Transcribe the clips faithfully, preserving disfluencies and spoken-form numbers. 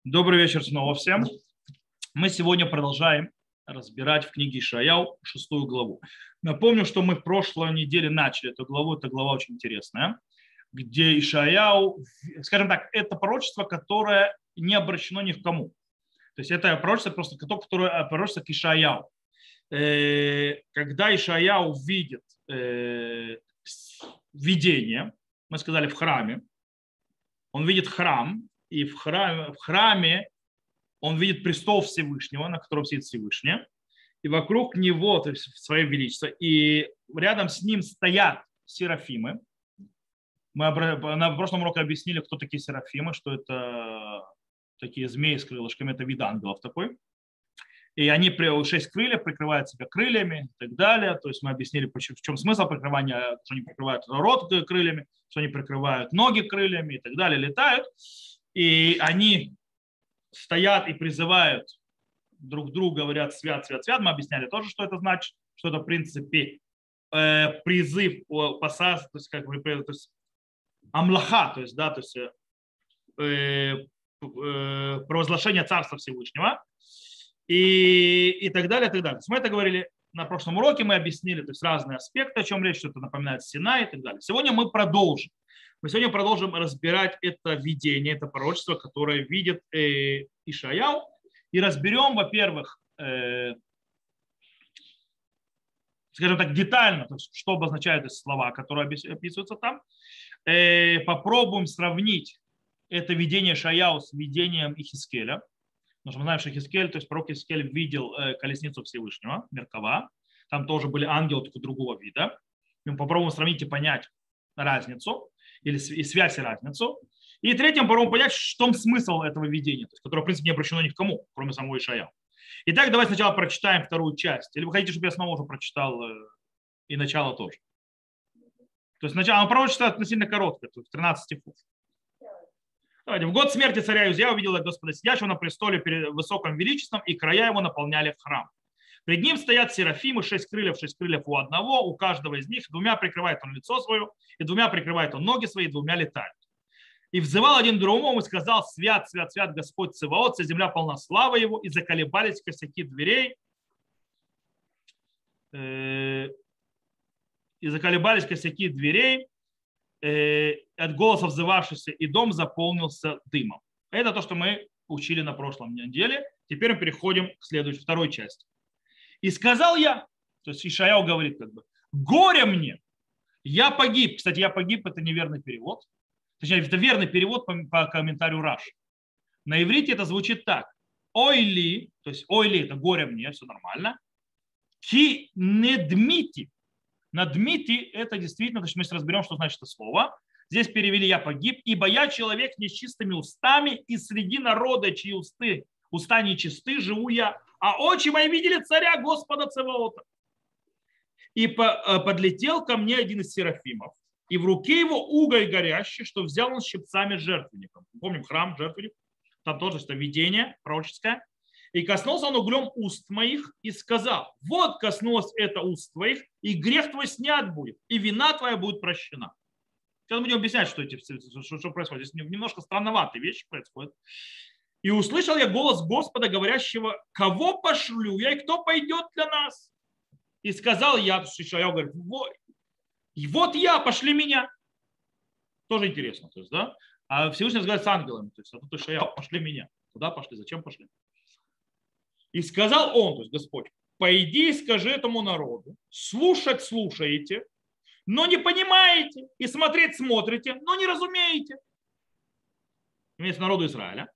Добрый вечер снова всем. Мы сегодня продолжаем разбирать в книге Ишаяу шестую главу. Напомню, что мы в прошлой неделе начали эту главу. Эта глава очень интересная, где Ишаяу, скажем так, это пророчество, которое не обращено ни к кому. То есть это пророчество просто которое пророчество к Ишаяу. Когда Ишаяу видит видение, мы сказали в храме, он видит храм, и в храме, в храме он видит престол Всевышнего, на котором сидит Всевышний, и вокруг него, то есть в свое величество, и рядом с ним стоят серафимы. Мы на прошлом уроке объяснили, кто такие серафимы, что это такие змеи с крылышками, это вид ангелов такой. И они, шесть крыльев, прикрывают себя крыльями и так далее. То есть мы объяснили, в чем смысл прикрывания, что они прикрывают рот крыльями, что они прикрывают ноги крыльями и так далее, летают. И они стоят и призывают друг друга, говорят свят, свят, свят. Мы объясняли тоже, что это значит, что это в принципе призыв посад, то есть как бы то есть, амлаха, то есть, да, то есть э, э, провозглашение Царства Всевышнего и, и так далее, и так далее. То есть мы это говорили на прошлом уроке, мы объяснили, то есть разные аспекты, о чем речь, что это напоминает Синай и так далее. Сегодня мы продолжим. Мы сегодня продолжим разбирать это видение, это пророчество, которое видит э, Ишаяу. И разберем, во-первых, э, скажем так, детально, то есть, что обозначают эти слова, которые описываются там. Э, попробуем сравнить это видение Ишаяу с видением Ихискеля. Потому что мы знаем, что Ихискель, то есть пророк Ихискель видел э, колесницу Всевышнего, Меркава. Там тоже были ангелы только другого вида. Мы попробуем сравнить и понять разницу. Или и связь и разницу. И третьим, попробуем понять, в чем смысл этого видения, то есть, которое, в принципе, не обращено ни к кому, кроме самого Ишаяу. Итак, давайте сначала прочитаем вторую часть. Или вы хотите, чтобы я снова уже прочитал и начало тоже? То есть начало пророчества относительно короткое, то есть тринадцать стихов. Давайте. В год смерти царя Узия увидела Господа сидящего на престоле перед высоким величеством, и края его наполняли в храм. Пред ним стоят серафимы, шесть крыльев, шесть крыльев у одного, у каждого из них, двумя прикрывает он лицо свое, и двумя прикрывает он ноги свои, и двумя летает. И взывал один другому и сказал: свят, свят, свят Господь Цеваот, вся земля полна славы его, и заколебались косяки дверей, и заколебались косяки дверей от голоса взывавшихся, и дом заполнился дымом. Это то, что мы учили на прошлом неделе. Теперь мы переходим к следующей, второй части. И сказал я, то есть Ишаяу говорит как бы: горе мне, я погиб. Кстати, я погиб, это неверный перевод. Точнее, это верный перевод по, по комментарию Раши. На иврите это звучит так. Ой ли, то есть ой ли, это горе мне, все нормально. Ки недмити. Надмити это действительно, то есть мы сейчас разберем, что значит это слово. Здесь перевели я погиб, ибо я человек с нечистыми устами, и среди народа, чьи усты, уста нечисты, живу я. А очи мои видели царя Господа Цеваота. И подлетел ко мне один из серафимов, и в руке его уголь горящий, что взял он щипцами жертвенником. Помним храм, жертвенник, там тоже это видение пророческое. И коснулся он углем уст моих и сказал: вот коснулось это уст твоих, и грех твой снят будет, и вина твоя будет прощена. Сейчас будем объяснять, что, эти, что, что происходит. Здесь немножко странноватые вещи происходят. И услышал я голос Господа, говорящего: кого пошлю я, и кто пойдет для нас? И сказал я, Ишаяу говорит: вот, вот я, пошли меня. Тоже интересно. То есть, да? А Всевышний разговаривает с ангелами. То есть, а тут Ишаяу: пошли меня. Куда пошли? Зачем пошли? И сказал он, то есть Господь: пойди и скажи этому народу: слушать слушаете, но не понимаете, и смотреть смотрите, но не разумеете. Имеется народу Израиля.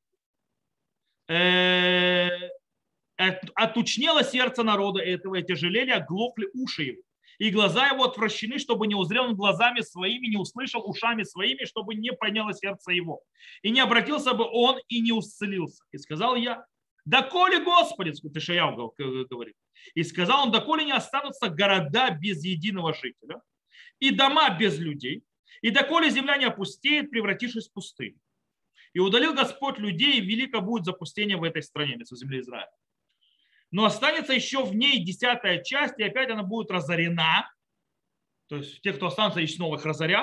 Отучнело сердце народа этого, и тяжелели, оглохли уши его. И глаза его отвращены, чтобы не узрел он глазами своими, не услышал ушами своими, чтобы не подняло сердце его. И не обратился бы он, и не исцелился. И сказал я: доколе, Господи, Ишаяу говорит, и сказал он: доколе не останутся города без единого жителя, и дома без людей, и доколе земля не опустеет, превратившись в пустыню. И удалил Господь людей, и велико будет запустение в этой стране, в земле Израиля. Но останется еще в ней десятая часть, и опять она будет разорена. То есть те, кто останутся, и снова их разорят.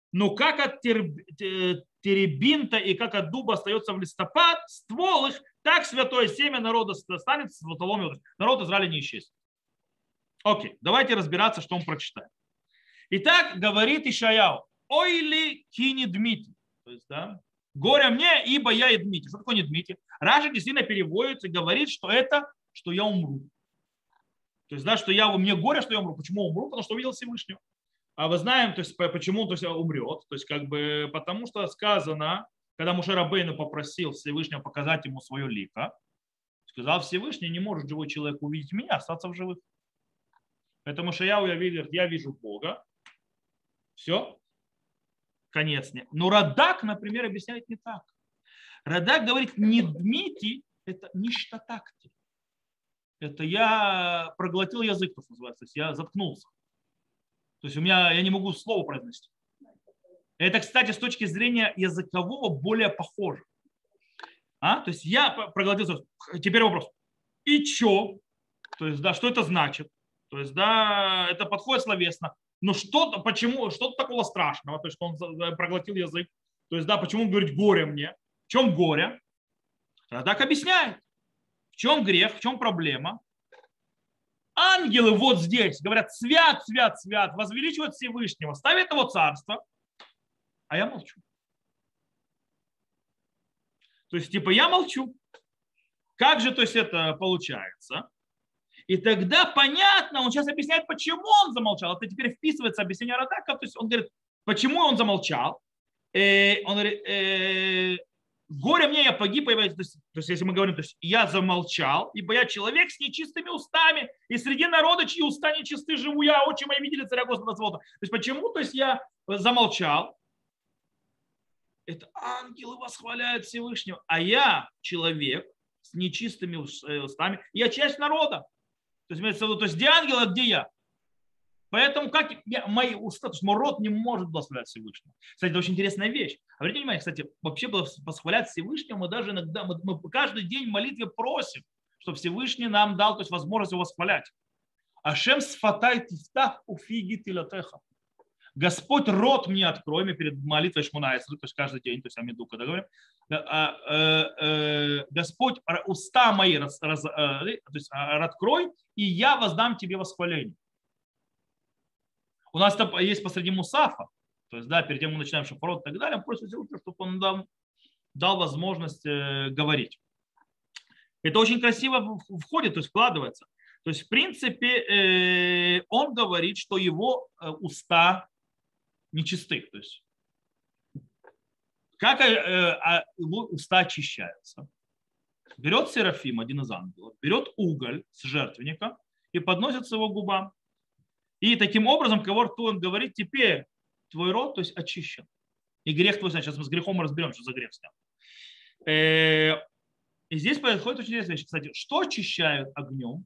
Но как от теребинта и как от дуба остается в листопад, ствол их, так святое семя народа станет стволом. Народ Израиля не исчезнет. Окей, давайте разбираться, что он прочитает. Итак, говорит Ишаяу, ой ли кини Дмитрий. То есть, да, горе мне, ибо я и Дмитрий. Что такое не Дмитрий? Раша действительно переводит и говорит, что это, что я умру. То есть, да, что я, мне горе, что я умру. Почему умру? Потому что увидел Всевышнего. А мы знаем, то есть, почему то есть, умрет. То есть, как бы, потому что сказано, когда Моше Рабейну попросил Всевышнего показать ему свое лико, сказал Всевышний, не может живой человек увидеть меня, остаться в живых. Поэтому Шаяу я вижу, я вижу Бога. Все. Конец. Нет. Но Радак, например, объясняет не так. Радак говорит, не Дмитрий, это ништатакти. Это я проглотил язык, что называется. То есть я заткнулся. То есть у меня, я не могу слово произнести. Это, кстати, с точки зрения языкового более похоже. А? То есть я проглотил. Теперь вопрос. И чё? То есть, да, что это значит? То есть, да, это подходит словесно. Но что-то, почему, что-то такого страшного, то есть, что он проглотил язык. То есть, да, почему он говорит горе мне? В чем горе? Так объясняет. В чем грех, в чем проблема? Ангелы вот здесь говорят, свят, свят, свят, возвеличивают Всевышнего, ставят его царство, а я молчу. То есть, типа, я молчу. Как же, то есть, это получается? И тогда понятно, он сейчас объясняет, почему он замолчал. Это теперь вписывается объяснение Радака. То есть он говорит, почему он замолчал. Э, он говорит, э, горе мне, я погиб. То есть, то есть если мы говорим, то есть я замолчал, ибо я человек с нечистыми устами, и среди народа, чьи уста нечисты, живу я, очи мои видели царя Господа Света. То есть почему? То есть я замолчал. Это ангелы восхваляют Всевышнего, а я человек с нечистыми устами, я часть народа. То есть, имеется в виду, то есть где ангел, а где я? Поэтому как я, мои уста, то есть мой род не может благословлять Всевышнего. Кстати, это очень интересная вещь. Обратите внимание, кстати, вообще восхвалять Всевышнего мы даже иногда, мы, мы каждый день в молитве просим, чтобы Всевышний нам дал то есть, возможность его восхвалять. Ашем сфатай тифтах уфиги тилатеха. Господь рот мне открой, мы перед молитвой Шмунаэсры, то есть каждый день, то есть Амиду, когда говорим, Господь уста мои раз, раз, то есть, открой, и я воздам тебе восхваление. У нас там есть посреди Мусафа, то есть, да, перед тем, как мы начинаем шафарот и так далее, просим Всевышнего, чтобы он нам дал возможность говорить. Это очень красиво входит, то есть вкладывается. То есть, в принципе, он говорит, что его уста нечисты. То есть, как его уста очищаются? Берет Серафим, один из ангелов, берет уголь с жертвенника и подносит с его губам. И таким образом, кого рту он говорит, теперь твой рот, то есть очищен. И грех твой снят. Сейчас мы с грехом разберем, что за грех снят. И здесь происходит очень интересная вещь. Кстати, что очищают огнем?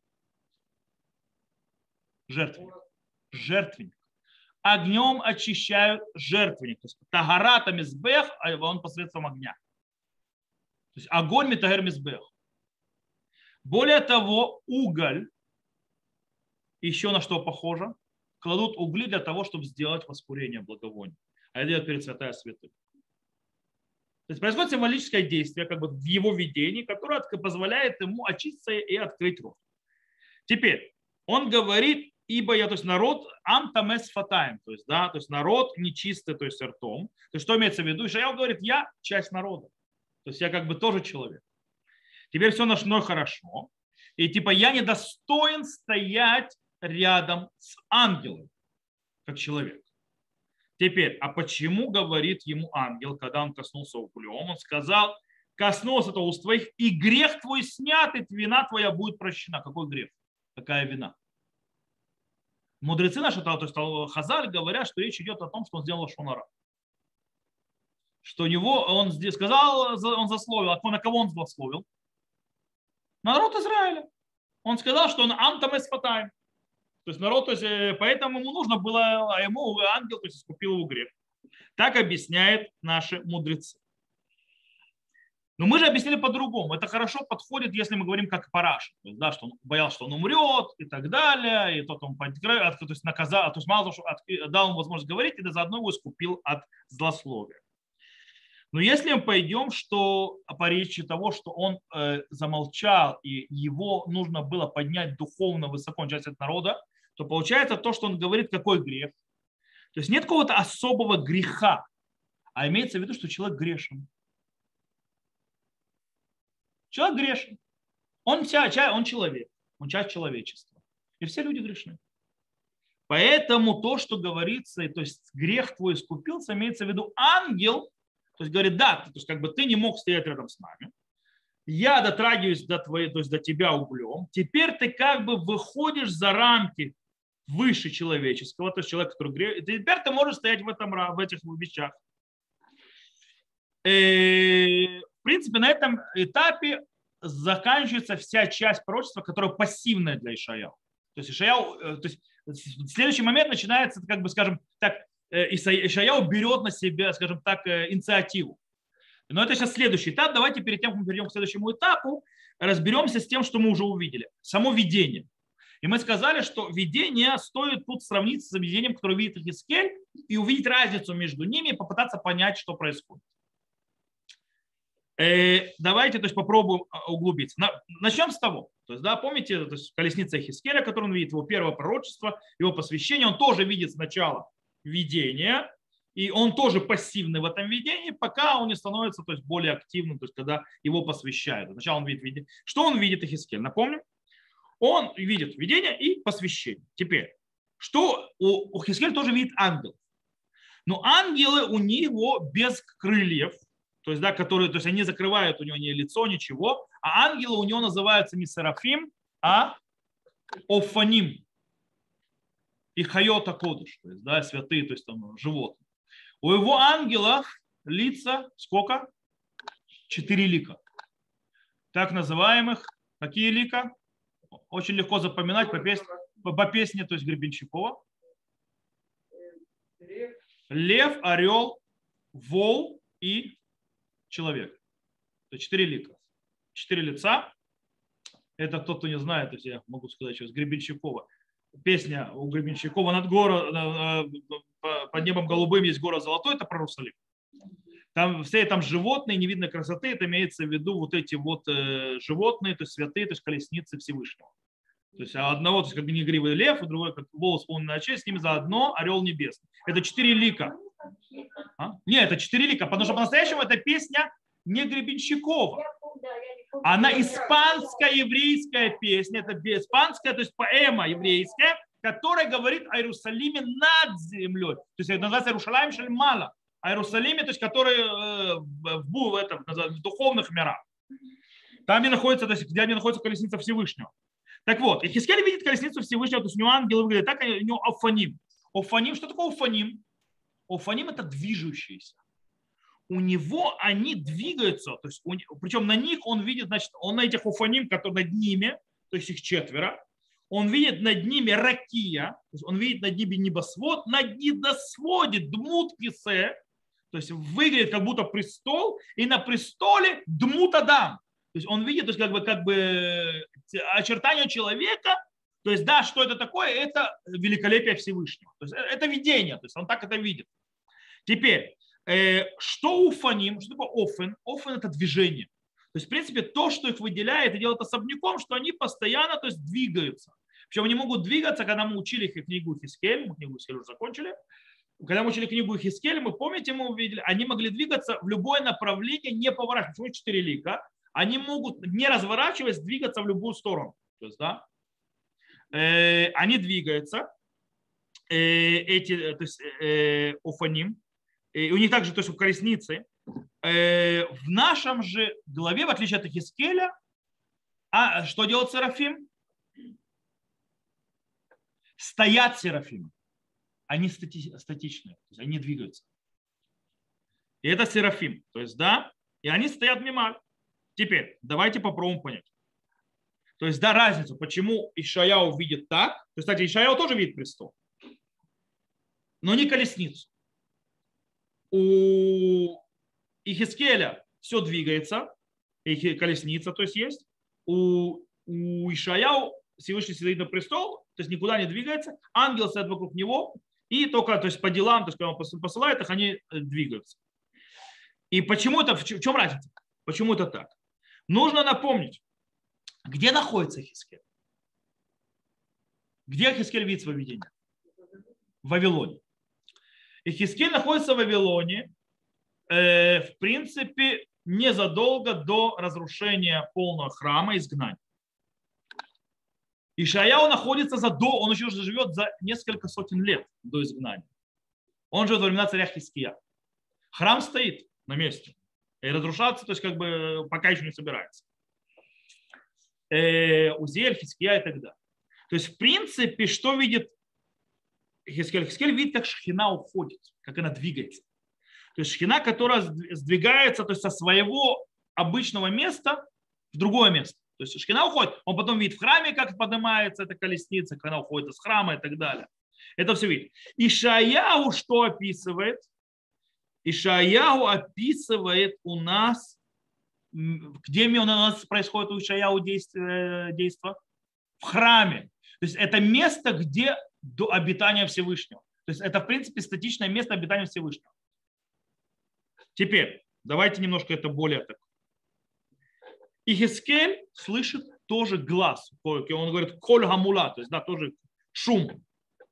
Жертвенник. Жертвенник. Огнем очищают жертвенник. То есть тагарата мизбех, а он посредством огня. То есть огонь метагер мизбех. Более того, уголь, еще на что похоже, кладут угли для того, чтобы сделать воскурение благовония. А это делают перед святая святых. То есть происходит символическое действие как бы в его видении, которое позволяет ему очиститься и открыть рот. Теперь он говорит, ибо я, то есть народ амтамес фатаем, то есть, да, то есть народ нечистый, то есть ртом. То есть что имеется в виду? Ишаяу говорит, я часть народа. То есть я как бы тоже человек. Теперь все начно хорошо. И типа я недостоин стоять рядом с ангелом, как человек. Теперь, а почему говорит ему ангел, когда он коснулся углем? Он сказал, коснулся это уст твоих, и грех твой снят, и вина твоя будет прощена. Какой грех? Какая вина? Мудрецы наши, то есть Хазаль, говорят, что речь идет о том, что он сделал шонара. Что у него, он здесь сказал, он засловил. А на кого он засловил? На народ Израиля. Он сказал, что он амтам эсфатаем. То есть народ, то есть, поэтому ему нужно было, а ему ангел, то есть искупил его грех. Так объясняют наши мудрецы. Но мы же объяснили по-другому. Это хорошо подходит, если мы говорим как Параш. То есть, да, что он боялся, что он умрет и так далее. И тот он подкрыл, то есть наказал, то есть мало того, что от, дал ему возможность говорить, и заодно его искупил от злословия. Но если мы пойдем, что по речи того, что он э, замолчал, и его нужно было поднять духовно высоко, часть от народа, то получается то, что он говорит, какой грех. То есть нет какого-то особого греха, а имеется в виду, что человек грешен. Человек грешен. Он, вся, он человек, он часть человечества. И все люди грешны. Поэтому то, что говорится, то есть грех твой искупился, имеется в виду ангел, то есть говорит, да, то есть как бы ты не мог стоять рядом с нами, я дотрагиваюсь до, твоей, то есть до тебя углем, теперь ты как бы выходишь за рамки выше человеческого, то есть человек, который грех, теперь ты можешь стоять в, этом, в этих вещах. И, в принципе, на этом этапе заканчивается вся часть пророчества, которая пассивная для Ишаяу. То есть Ишаяу, то есть в следующий момент начинается, как бы, скажем так, Ишаяу берет на себя, скажем так, инициативу. Но это сейчас следующий этап. Давайте перед тем, как мы перейдем к следующему этапу, разберемся с тем, что мы уже увидели. Само видение. И мы сказали, что видение стоит тут сравнить с видением, которое видит Ихискель, и увидеть разницу между ними и попытаться понять, что происходит. Давайте, то есть, попробуем углубиться. Начнем с того. То есть, да, помните, то есть, колесница Ихискеля, которую он видит, его первое пророчество, его посвящение, он тоже видит сначала видение, и он тоже пассивный в этом видении, пока он не становится, то есть, более активным, то есть когда его посвящают. Сначала он видит видение. Что он видит, Ихискель? Напомню. Он видит видение и посвящение. Теперь, что у Ихискель тоже видит ангел. Но ангелы у него без крыльев, то есть, да, которые, то есть они закрывают у него не лицо, ничего, а ангелы у него называются не серафим, а офаним. И хайота кодыш, то есть, да, святые, то есть там животные. У его ангелов лица сколько? Четыре лика. Так называемых, какие лика? Очень легко запоминать по песне, по песне, то есть Гребенщикова. Лев, орел, вол и человек. То есть четыре лика. Четыре лица. Это тот, кто не знает, то есть я могу сказать сейчас, Гребенщикова. Песня у Гребенщикова над городом, под небом голубым есть город золотой, это про Иерусалим. Там все там животные невидной красоты, это имеется в виду вот эти вот э, животные, то есть святые, то есть колесницы Всевышнего. То есть одного, то есть как негривый лев, и другой как волос исполненный честь, с ними заодно орел небесный. Это четыре лика. А? Нет, это четыре лика, потому что по-настоящему эта песня не Гребенщикова. Она испанская еврейская песня, это испанская, то есть поэма еврейская, которая говорит о Иерусалиме над землей. То есть это называется Иерушалаим Шельмала. О Иерусалиме, то есть который в, в, этом, в духовных мирах. Там, где находится, то есть, где находится колесница Всевышнего. Так вот, Ихискель видит колесницу Всевышнего, то есть у него ангелы выглядят так, у него офаним. Офаним, что такое офаним? Офаним это движущиеся. У него они двигаются, то есть, причем на них он видит, значит, он на этих офаним, которые над ними, то есть их четверо, он видит над ними ракия, то есть он видит над ними небосвод, над небосводе дмут кисе, то есть выглядит как будто престол, и на престоле дмут адам. То есть он видит, то есть как бы, как бы очертания человека, то есть да, что это такое, это великолепие Всевышнего. То есть это видение, то есть он так это видит. Теперь, э, что уфаним, что такое офен? Офен это движение. То есть в принципе то, что их выделяет и делает особняком, что они постоянно, то есть двигаются. Причем они могут двигаться, когда мы учили их книгу Хискель, мы книгу Хискель уже закончили, когда мы учили книгу Хискель, мы помните, мы увидели, они могли двигаться в любое направление, не поворачиваясь. Почему четыре лика? Они могут, не разворачиваясь, двигаться в любую сторону. То есть, да, э, они двигаются, э, эти, то есть, э, офаним, э, у них также, то есть, у колесницы. Э, в нашем же главе, в отличие от Хискеля, а что делает серафим? Стоят серафимы. Они стати, статичные, то есть они двигаются. И это серафим. То есть, да, и они стоят мимо. Теперь, давайте попробуем понять. То есть, да, разницу, почему Ишаяу видит так. То есть, кстати, Ишаяу тоже видит престол, но не колесницу. У Ихискеля все двигается, и колесница, то есть есть. У, у Ишаяу Всевышний сидит на престол, то есть никуда не двигается, ангел стоит вокруг него, и только то есть по делам, то есть когда он посылает их, они двигаются. И почему это, в чем разница? Почему это так? Нужно напомнить, где находится Хискель? Где Хискель видит свое видение? В Вавилоне. И Хискель находится в Вавилоне, э, в принципе, незадолго до разрушения полного храма, изгнания. Ишаяу находится за до, он еще живет за несколько сотен лет до изгнания. Он живет во времена царя Хиския. Храм стоит на месте и разрушаться, то есть как бы пока еще не собирается. Э, Узель, Хиския и так далее. То есть в принципе, что видит Хискель? Хискель видит, как шхина уходит, как она двигается. То есть шхина, которая сдвигается то есть со своего обычного места в другое место. То есть шхина уходит, он потом видит в храме, как поднимается эта колесница, как она уходит из храма и так далее. Это все видит. Ишаяу что описывает? Ишаяу описывает у нас, где у нас происходит у Ишаяу действие, действие? В храме. То есть это место, где до обитания Всевышнего. То есть это, в принципе, статичное место обитания Всевышнего. Теперь, давайте немножко это более так. И Хискель слышит тоже глаз. Он говорит коль гамула, то есть да, тоже шум.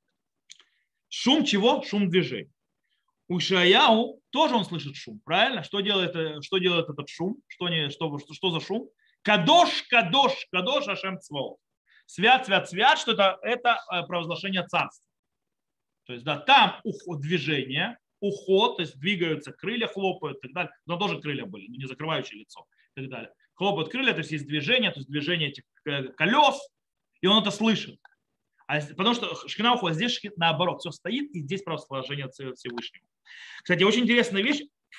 Шум чего? Шум движений. У Ишаяу тоже он слышит шум, правильно? Что делает, что делает этот шум? Что, не, что, что, что за шум? Кадош, кадош, кадош, ашем цваот. Свят, свят, свят, что это, это провозглашение царства. То есть да, там уход, движение, уход, то есть двигаются крылья, хлопают и так далее. Но тоже крылья были, не закрывающие лицо и так далее. Хлопают крылья, то есть есть движение, то есть движение этих колес, и он это слышит. А, потому что шхина уходит, здесь шхина, наоборот, все стоит, и здесь провозглашение Всевышнего. Кстати, очень интересная вещь.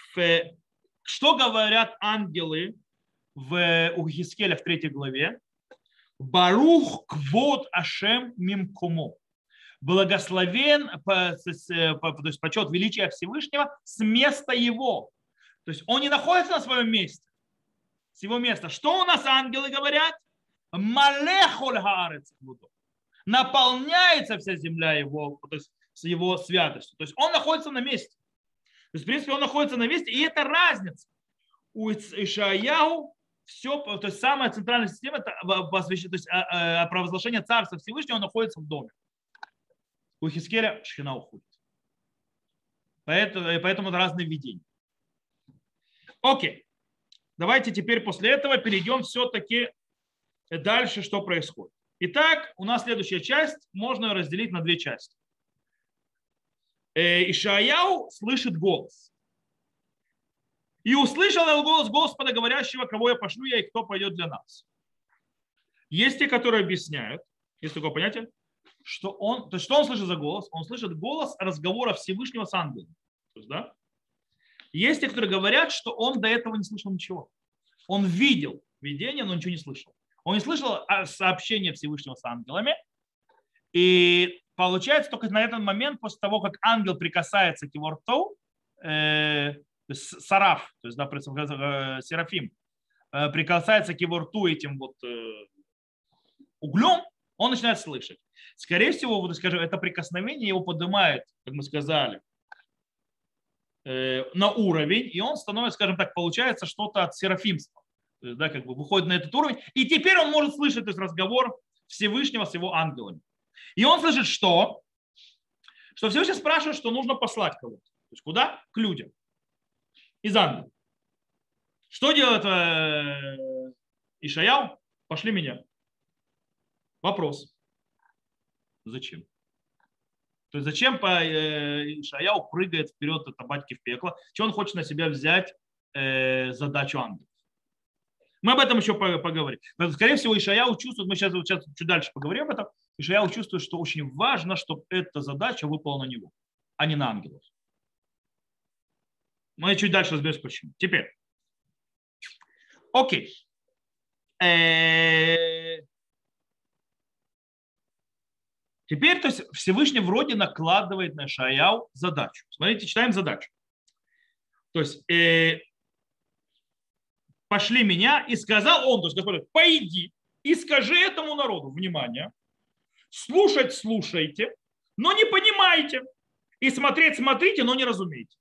Что говорят ангелы в, у Хискеля в третьей главе? Барух квот Ашем мимкумо. Благословен, то есть почет величия Всевышнего с места его. То есть он не находится на своем месте. С его места. Что у нас ангелы говорят? Малехоль хаарец квудо. Наполняется вся земля его, то есть с его святостью. То есть он находится на месте. То есть, в принципе, он находится на месте, и это разница. У Ишаяу все, то есть самая центральная система, это посвящение, то есть провозглашение Царства Всевышнего, он находится в доме. У Хискеля шхина уходит. Поэтому, поэтому это разные видения. Окей. Давайте теперь после этого перейдем все-таки дальше, что происходит. Итак, у нас следующая часть, можно ее разделить на две части. Ишаяу слышит голос. И услышал я голос Господа, говорящего, кого я пошлю я и кто пойдет для нас. Есть те, которые объясняют, есть такое понятие, что он, то есть что он слышит за голос? Он слышит голос разговора Всевышнего с ангелом. То есть, да? Есть те, которые говорят, что он до этого не слышал ничего. Он видел видение, но ничего не слышал. Он не слышал сообщения Всевышнего с ангелами. И получается, только на этот момент, после того, как ангел прикасается к его рту, э, сараф, то есть да, серафим, э, прикасается к его рту этим вот э, углем, он начинает слышать. Скорее всего, вот, скажем, это прикосновение его поднимает, как мы сказали, э, на уровень, и он становится, скажем так, получается что-то от серафимства. То есть, да, как бы выходит на этот уровень, и теперь он может слышать то есть, разговор Всевышнего с его ангелами. И он слышит, что? Что Всевышний спрашивает, что нужно послать кого-то. То есть куда? К людям. Из ангелов. Что делает э, Ишаяу? Пошли меня. Вопрос. Зачем? То есть зачем по, э, Ишаяу прыгает вперед от табатки в пекло? Чего он хочет на себя взять э, задачу ангелов? Мы об этом еще поговорим. Но, скорее всего, Ишаяу чувствует, мы сейчас, сейчас чуть дальше поговорим об этом, Ишаяу чувствует, что очень важно, чтобы эта задача выпала на него, а не на ангелов. Мы чуть дальше разберемся, почему. Теперь. Окей. Теперь, то есть, Всевышний вроде накладывает на Ишаяу задачу. Смотрите, читаем задачу. То есть, пошли меня, и сказал он, то есть Господь, пойди и скажи этому народу, внимание, слушать слушайте, но не понимайте, и смотреть смотрите, но не разумейте.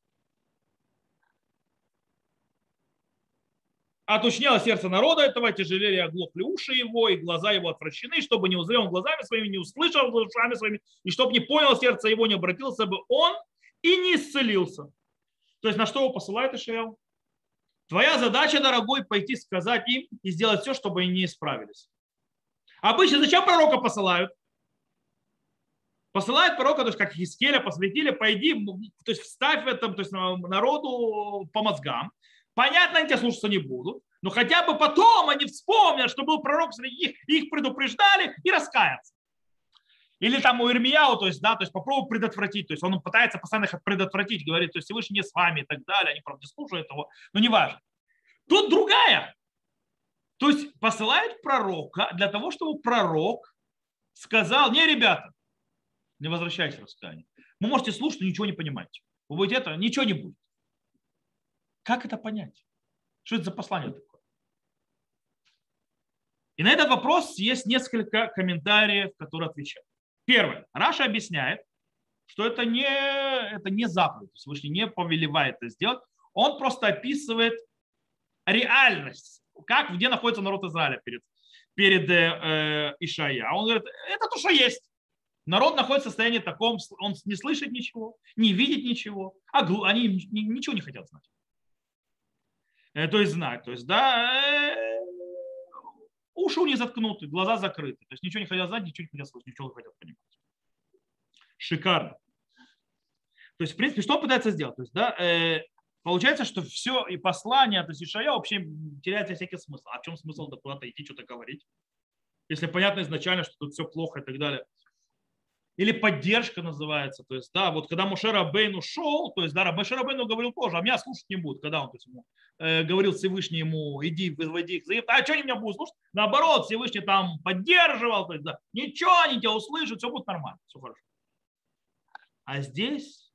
Отучнело сердце народа этого, тяжелели оглохли уши его, и глаза его отвращены, чтобы не узрел он глазами своими, не услышал ушами своими, и чтобы не понял сердце его, не обратился бы он и не исцелился. То есть на что его посылает Ишаяу? Твоя задача, дорогой, пойти сказать им и сделать все, чтобы они не исправились. Обычно зачем пророка посылают? Посылают пророка, то есть как Хискеля посвятили, пойди, то есть вставь в этом, то есть народу по мозгам. Понятно, они тебя слушаться не будут, но хотя бы потом они вспомнят, что был пророк среди них, их предупреждали и раскаются. Или там у Ирмияу, то есть, да, то есть попробуй предотвратить, то есть он пытается постоянно их предотвратить, говорит, то есть Всевышний не с вами и так далее, они, правда, не слушают его, но не важно. Тут другая. То есть посылают пророка для того, чтобы пророк сказал, не, ребята, не возвращайтесь в раскаяние. Вы можете слушать, но ничего не понимаете. Вы будете это, ничего не будет. Как это понять? Что это за послание такое? И на этот вопрос есть несколько комментариев, которые отвечают. Первое. Раша объясняет, что это не, это не заповедь. Всевышний не повелевает это сделать. Он просто описывает реальность, как, где находится народ Израиля перед, перед э, Ишая. А он говорит, это то, что есть. Народ находится в состоянии таком, он не слышит ничего, не видит ничего, а они ничего не хотят знать. То есть знать, то есть, да, уши у них заткнуты, глаза закрыты, то есть ничего не хотят знать, ничего не хотят слышать, ничего не хотят понимать. Шикарно. То есть, в принципе, что он пытается сделать? То есть, да, э, получается, что все и послание, то есть Ишая вообще теряет всякий смысл. А в чем смысл да куда-то идти, что-то говорить? Если понятно изначально, что тут все плохо и так далее. Или поддержка называется. То есть, да, вот когда Моше Рабейну ушел, то есть, да, Моше Рабейну говорил тоже, а меня слушать не будут. Когда он то есть, ему, э, говорил Всевышний ему, иди, выводи их за Египет. А что они меня будут слушать? Наоборот, Всевышний там поддерживал. То есть, да, ничего, они тебя услышат, все будет нормально, все хорошо. А здесь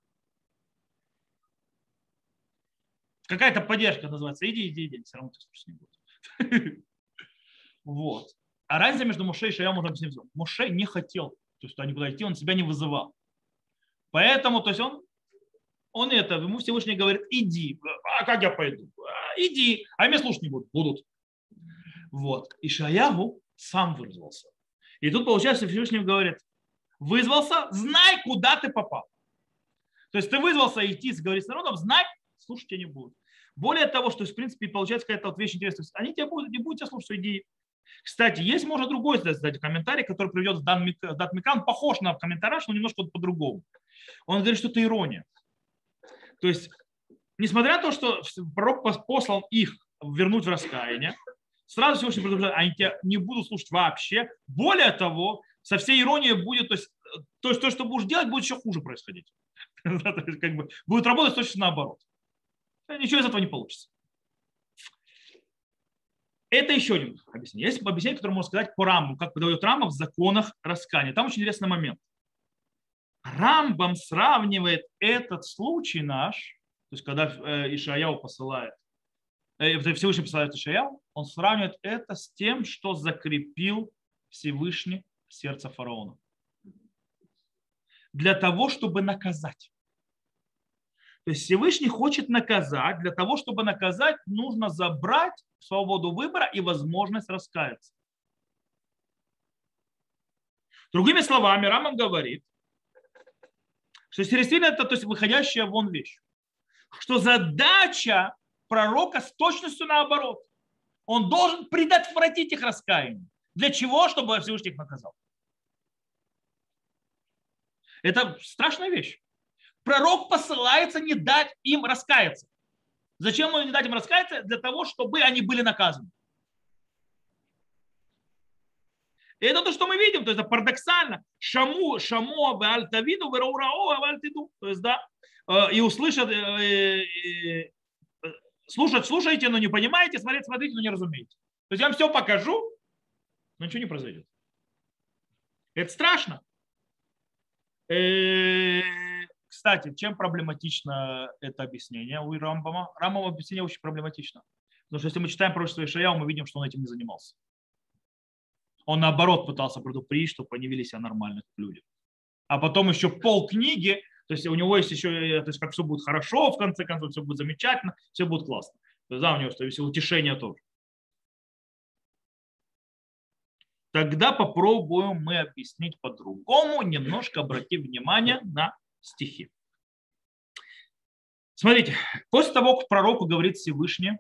какая-то поддержка называется. Иди, иди, иди, все равно тебя слушать не будут. Вот. А разница между Моше и Ишаяу можно объяснить. Моше не хотел. То есть туда никуда идти, он себя не вызывал. Поэтому, то есть он, он это, ему Всевышний говорит, иди. А как я пойду? Иди. А меня слушать не будут. Будут. Вот. Ишаяху сам вызвался. И тут, получается, Всевышний говорит, вызвался, знай, куда ты попал. То есть ты вызвался идти, говорить с народом, знай, слушать тебя не будут. Более того, что, в принципе, получается какая-то вот вещь интересная. Они тебя будут, не будут тебя слушать, иди. Кстати, есть, может, другой кстати, комментарий, который приведет Дат Микан, похож на комментарий, но немножко по-другому. Он говорит, что это ирония. То есть, несмотря на то, что пророк послал их вернуть в раскаяние, сразу Всевышний предупреждает, они тебя не будут слушать вообще. Более того, со всей иронией будет, то есть, то, есть, то что будешь делать, будет еще хуже происходить. Как бы, будет работать точно наоборот. Ничего из этого не получится. Это еще один объяснение. Есть объяснение, которое можно сказать по Рамбу, как подает Рамбам в законах раскаяния. Там очень интересный момент. Рамбам сравнивает этот случай наш, то есть когда Ишаяу посылает, Всевышний посылает Ишаяу, он сравнивает это с тем, что закрепил Всевышний в сердце фараона. Для того, чтобы наказать. То есть Всевышний хочет наказать. Для того, чтобы наказать, нужно забрать свободу выбора и возможность раскаяться. Другими словами, Рамбам говорит, что действительно это то есть, выходящая вон вещь. Что задача пророка с точностью наоборот. Он должен предотвратить их раскаяние. Для чего? Чтобы Всевышний их наказал. Это страшная вещь. Пророк посылается не дать им раскаяться. Зачем ему не дать им раскаяться? Для того, чтобы они были наказаны. И это то, что мы видим. То есть это парадоксально. Шаму, шамо, альтавиду, вераурао, альтиду. То есть, да, и услышат, и слушать, слушайте, но не понимаете, смотреть, смотрите, но не разумеете. То есть я вам все покажу, но ничего не произойдет. Это страшно. Кстати, чем проблематично это объяснение у Рамбама? Рамбама объяснение очень проблематично. Потому что если мы читаем пророчество Ишаяу, мы видим, что он этим не занимался. Он наоборот пытался предупредить, чтобы они вели себя нормально к людям. А потом еще полкниги, то есть у него есть еще, то есть как все будет хорошо, в конце концов, все будет замечательно, все будет классно. То есть, да, у него что, есть утешение тоже. Тогда попробуем мы объяснить по-другому, немножко обратив внимание на стихи. Смотрите, после того, как пророку говорит Всевышний,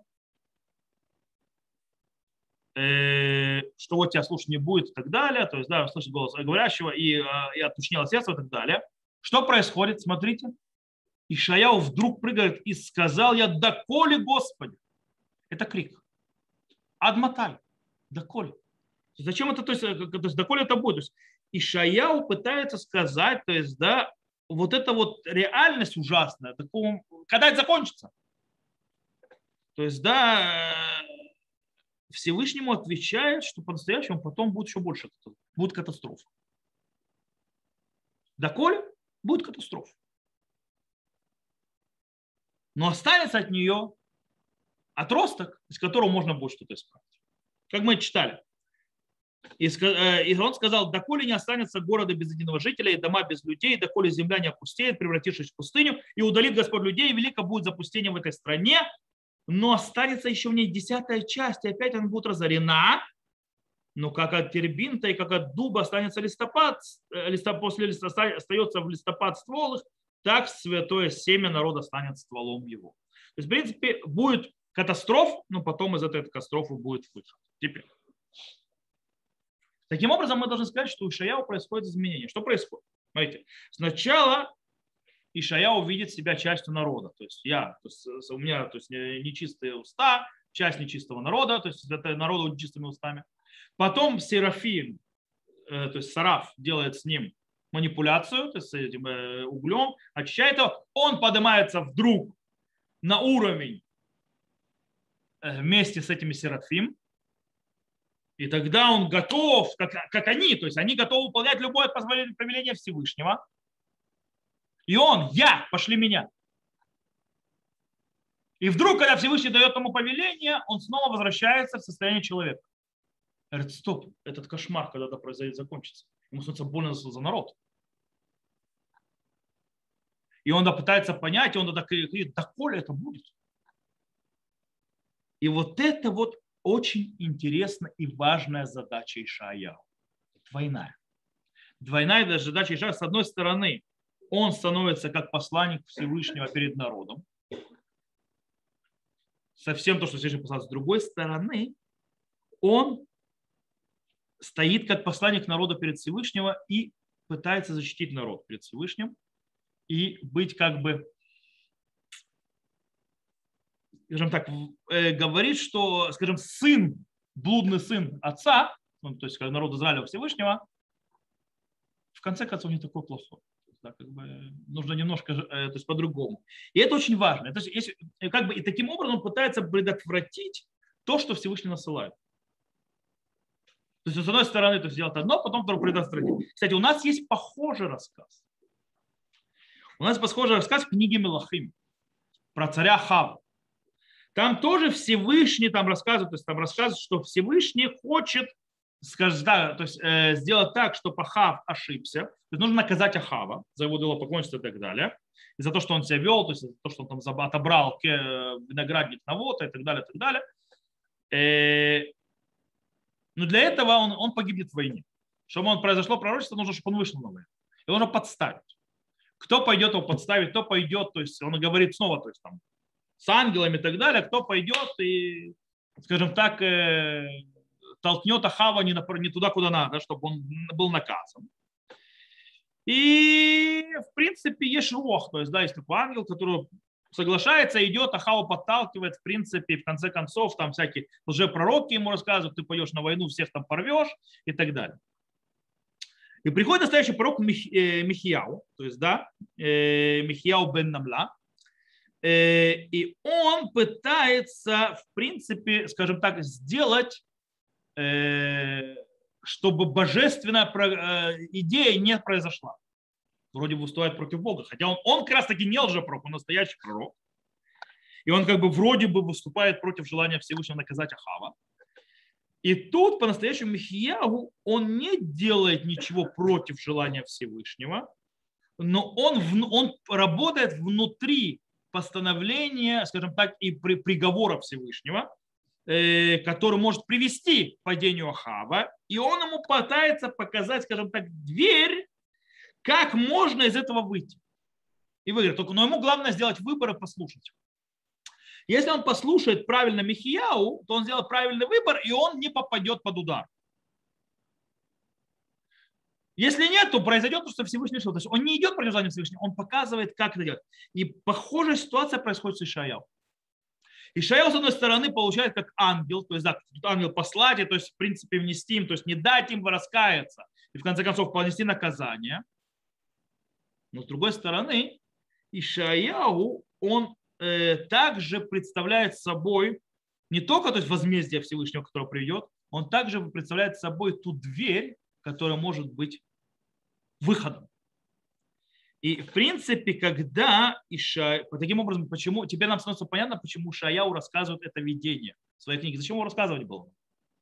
э, что вот тебя слушать не будет и так далее, то есть, да, слышит голос говорящего и, э, и оттучнело сердце и так далее. Что происходит? Смотрите. Ишаяу вдруг прыгает и сказал я: доколе, Господи? Это крик. Адматай. Доколе. Зачем это, то есть, то есть доколе это будет? То есть Ишаяу пытается сказать, то есть, да, вот эта вот реальность ужасная, такому, когда это закончится. То есть, да, Всевышнему отвечает, что по-настоящему потом будет еще больше, будет катастрофа. Доколе будет катастрофа. Но останется от нее отросток, из которого можно будет что-то исправить. Как мы читали. И он сказал: доколе не останется города без единого жителя и дома без людей, доколе земля не опустеет, превратившись в пустыню, и удалит Господь людей, и велико будет запустение в этой стране, но останется еще в ней десятая часть, и опять она будет разорена. Но как от тербинта и как от дуба останется листопад, листопад после листопада остается в листопад ствол их, так святое семя народа станет стволом его. То есть, в принципе, будет катастроф, но потом из этой катастрофы будет выход. Теперь. Таким образом, мы должны сказать, что у Ишаяу происходит изменение. Что происходит? Смотрите, сначала Ишаяу видит себя частью народа. То есть я, то есть у меня то есть, нечистые уста, часть нечистого народа, то есть это народу нечистыми устами. Потом Серафим, то есть Сараф, делает с ним манипуляцию, то есть с этим углем, очищает его. Он поднимается вдруг на уровень вместе с этими Серафим. И тогда он готов, как, как они, то есть они готовы выполнять любое повеление Всевышнего. И он, я, пошли меня. И вдруг, когда Всевышний дает ему повеление, он снова возвращается в состояние человека. Говорит: стоп, этот кошмар когда-то произойдет, закончится. Ему становится больно за народ. И он пытается понять, и он говорит: доколе это будет? И вот это вот очень интересная и важная задача Ишаяу. Двойная. Двойная задача Ишаяу. С одной стороны, он становится как посланник Всевышнего перед народом. Совсем то, что Всевышний послал. С другой стороны, он стоит как посланник народа перед Всевышнего и пытается защитить народ перед Всевышним и быть как бы, скажем так, говорит, что, скажем, сын, блудный сын отца, ну, то есть как народ Израиля Всевышнего, в конце концов не такой плохой. Да, как бы нужно немножко то есть, по-другому. И это очень важно. То есть, если, как бы, и таким образом он пытается предотвратить то, что Всевышний насылает. То есть, с одной стороны, то есть, сделать одно, потом второе предотвратить. Кстати, у нас есть похожий рассказ. У нас похожий рассказ в книге Мелахим про царя Хава. Там тоже Всевышний там рассказывает, то есть там рассказывает, что Всевышний хочет, скажем, да, то есть, э, сделать так, чтобы Ахав ошибся. То есть нужно наказать Ахава за его идолопоклонничество и так далее. И за то, что он себя вел, то есть за то, что он там отобрал виноградник Навота и так далее, и так далее. Э, но для этого он, он погибнет в войне. Чтобы он произошло пророчество, нужно, чтобы он вышел на войну. И нужно подставить. Кто пойдет его подставить, кто пойдет, то есть он говорит снова, то есть там с ангелами и так далее, кто пойдет и, скажем так, э, толкнет Ахава не, на, не туда, куда надо, чтобы он был наказан. И, в принципе, есть рух, то есть, да, есть такой ангел, который соглашается, идет, Ахава подталкивает, в принципе, и в конце концов, там всякие лжепророки ему рассказывают, ты пойдешь на войну, всех там порвешь и так далее. И приходит настоящий пророк Мих, э, Михияу, то есть, да, э, Михияу бен Намла, э, и он пытается, в принципе, скажем так, сделать, э, чтобы божественная э, идея не произошла. Вроде бы выступает против Бога, хотя он, он как раз таки не лжепророк, он настоящий пророк. И он как бы вроде бы выступает против желания Всевышнего наказать Ахава. И тут по-настоящему Михияу, он не делает ничего против желания Всевышнего, но он, он работает внутри постановления, скажем так, и при, приговора Всевышнего, э, который может привести к падению Ахава, и он ему пытается показать, скажем так, дверь, как можно из этого выйти. И выиграть. Только, но ему главное сделать выбор и послушать. Если он послушает правильно Михияу, то он сделает правильный выбор, и он не попадет под удар. Если нет, то произойдет то, что Всевышний решил. То есть он не идет против желания Всевышнего, он показывает, как это делать. И похожая ситуация происходит с Ишаяу. Ишаяу, с одной стороны, получает как ангел, то есть да, ангел послать, и, то есть в принципе внести им, то есть не дать им раскаяться, и в конце концов понести наказание. Но с другой стороны, Ишаяу, он э, также представляет собой не только то есть, возмездие Всевышнего, которое придет, он также представляет собой ту дверь, которая может быть выходом. И в принципе, когда Иша... Таким образом, почему... Теперь нам становится понятно, почему Шаяу рассказывает это видение в своей книге. Зачем его рассказывать было?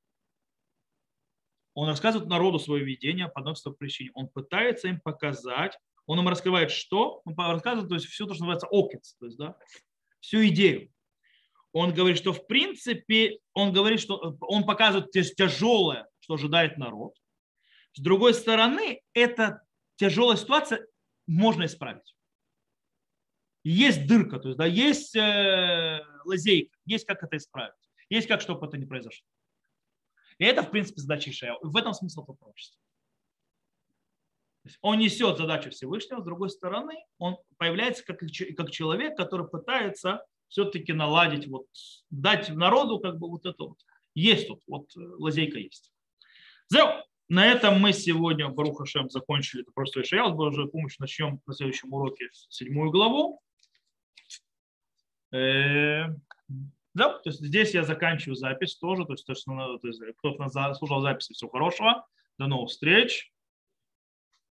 Он рассказывает народу свое видение по одной причине. Он пытается им показать, он им раскрывает что? Он рассказывает, то есть все то, что называется окец, то есть, да, всю идею. Он говорит, что в принципе, он говорит, что он показывает тяжелое, что ожидает народ. С другой стороны, эта тяжелая ситуация можно исправить. Есть дырка, то есть, да, есть э, лазейка, есть как это исправить, есть как, чтобы это не произошло. И это, в принципе, задача Ишаяу. В этом смысл пророчества. Он несет задачу Всевышнего, с другой стороны, он появляется как, как человек, который пытается все-таки наладить, вот, дать народу как бы вот это вот. Есть тут, вот лазейка есть. Зел. На этом мы сегодня, Барух Ашем, закончили это просто Ишаяу. С Божьей помощью начнем на следующем уроке седьмую главу. Да, то есть здесь я заканчиваю запись тоже. То есть, то есть, кто нас слушал записи, всего хорошего. До новых встреч.